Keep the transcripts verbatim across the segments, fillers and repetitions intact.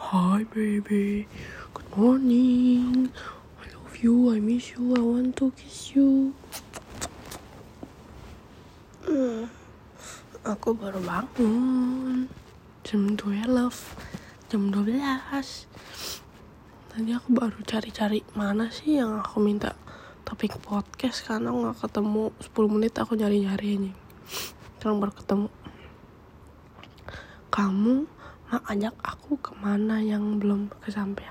Hi baby, good morning. I love you, I miss you, I want to kiss you. Hmm, aku baru bangun jam dua belas, jam dua belas. Tadi aku baru cari-cari mana sih yang aku minta topik podcast, karena gak ketemu. Sepuluh menit aku nyari-nyari aja. Sekarang baru ketemu. Kamu mau ajak aku kemana yang belum kesampaian?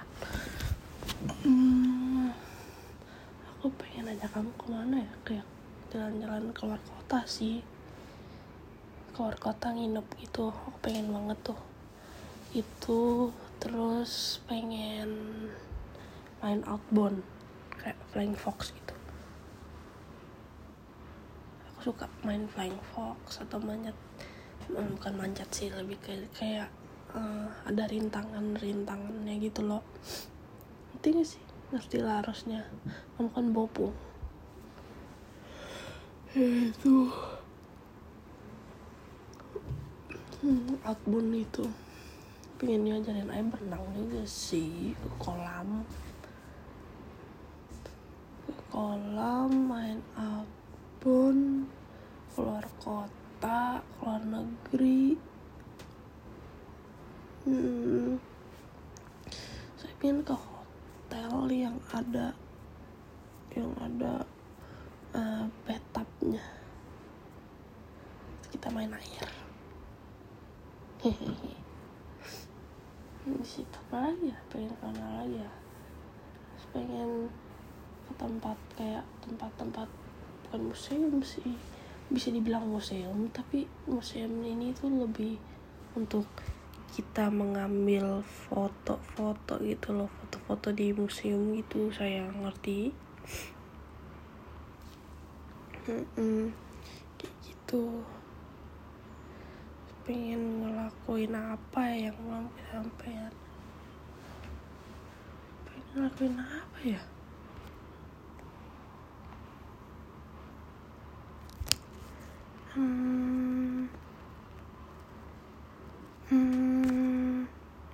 Hmm, aku pengen ajak kamu kemana ya? Kayak jalan-jalan keluar kota sih. Keluar kota nginep gitu. Aku pengen banget tuh. Itu terus pengen main outbound kayak flying fox gitu. Aku suka main flying fox atau manjat. Bukan manjat sih, lebih kayak kayak uh, ada rintangan-rintangannya gitu loh. Ngerti gak sih? Ngerti lah harusnya. Kamu kan bopo. Ya itu hmm, outbound itu pengen diajarin air berenang juga sih. Ke kolam Ke kolam main outbound, keluar kota, keluar negeri. hmm, Saya pengen ke hotel yang ada yang ada uh, bathtubnya. Kita main air. Hehehe. Di situ apa lagi ya? Pengen kemana lagi ya? Terus pengen ke tempat kayak tempat-tempat, bukan museum sih, bisa dibilang museum, tapi museum ini tuh lebih untuk kita mengambil foto-foto gitu loh, foto-foto di museum gitu. Saya ngerti. Mm-mm. Kayak gitu. Pengen ngelakuin apa yang belum kesampaian. Pengen ngelakuin apa ya? Hmm. Hmm.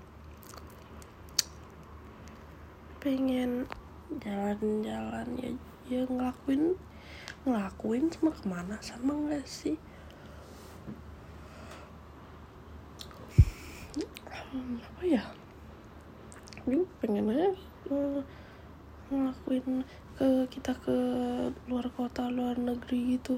Pengen jalan-jalan ya, ya ngelakuin ngelakuin sama kemana sama nggak sih? Hmm, apa ya? Gue pengen aja uh, ngelakuin ke kita ke luar kota, luar negeri gitu.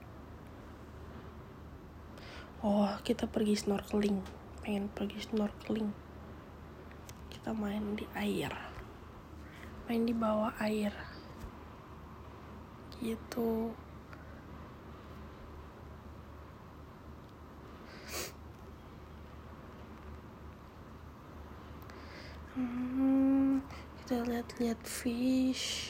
Oh, kita pergi snorkeling. Pengen pergi snorkeling. Kita main di air, main di bawah air gitu. Hmm, kita lihat-lihat fish,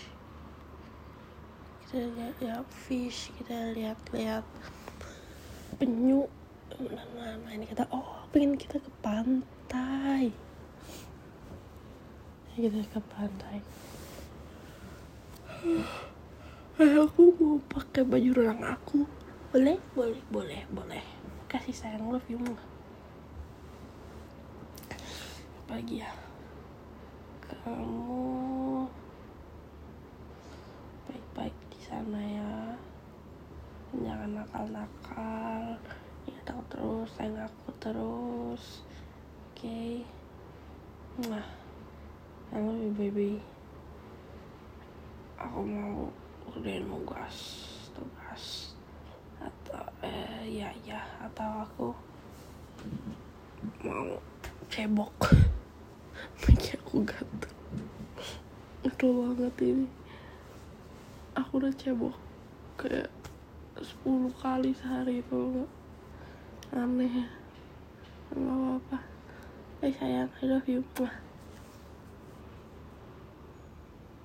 kita lihat-lihat fish, kita lihat-lihat penyu. Nah, nah ini kita, oh pengen kita ke pantai, kita ke pantai. Eh, aku mau pakai baju renang aku. Boleh, boleh, boleh, boleh. Kasih sayang, love you mah. Pagi ya. Kamu baik-baik di sana ya. Jangan nakal-nakal. Ingat aku terus, sayang aku terus. Oke. Okay. Nah, I love you baby. Aku mau udahin tugas, tugas atau eh ya ya atau aku mau cebok. Mikir aku gatel. Gatel banget ini. Aku udah cebok kayak sepuluh kali sehari itu. Aneh. Gak apa-apa. Eh sayang, I love you.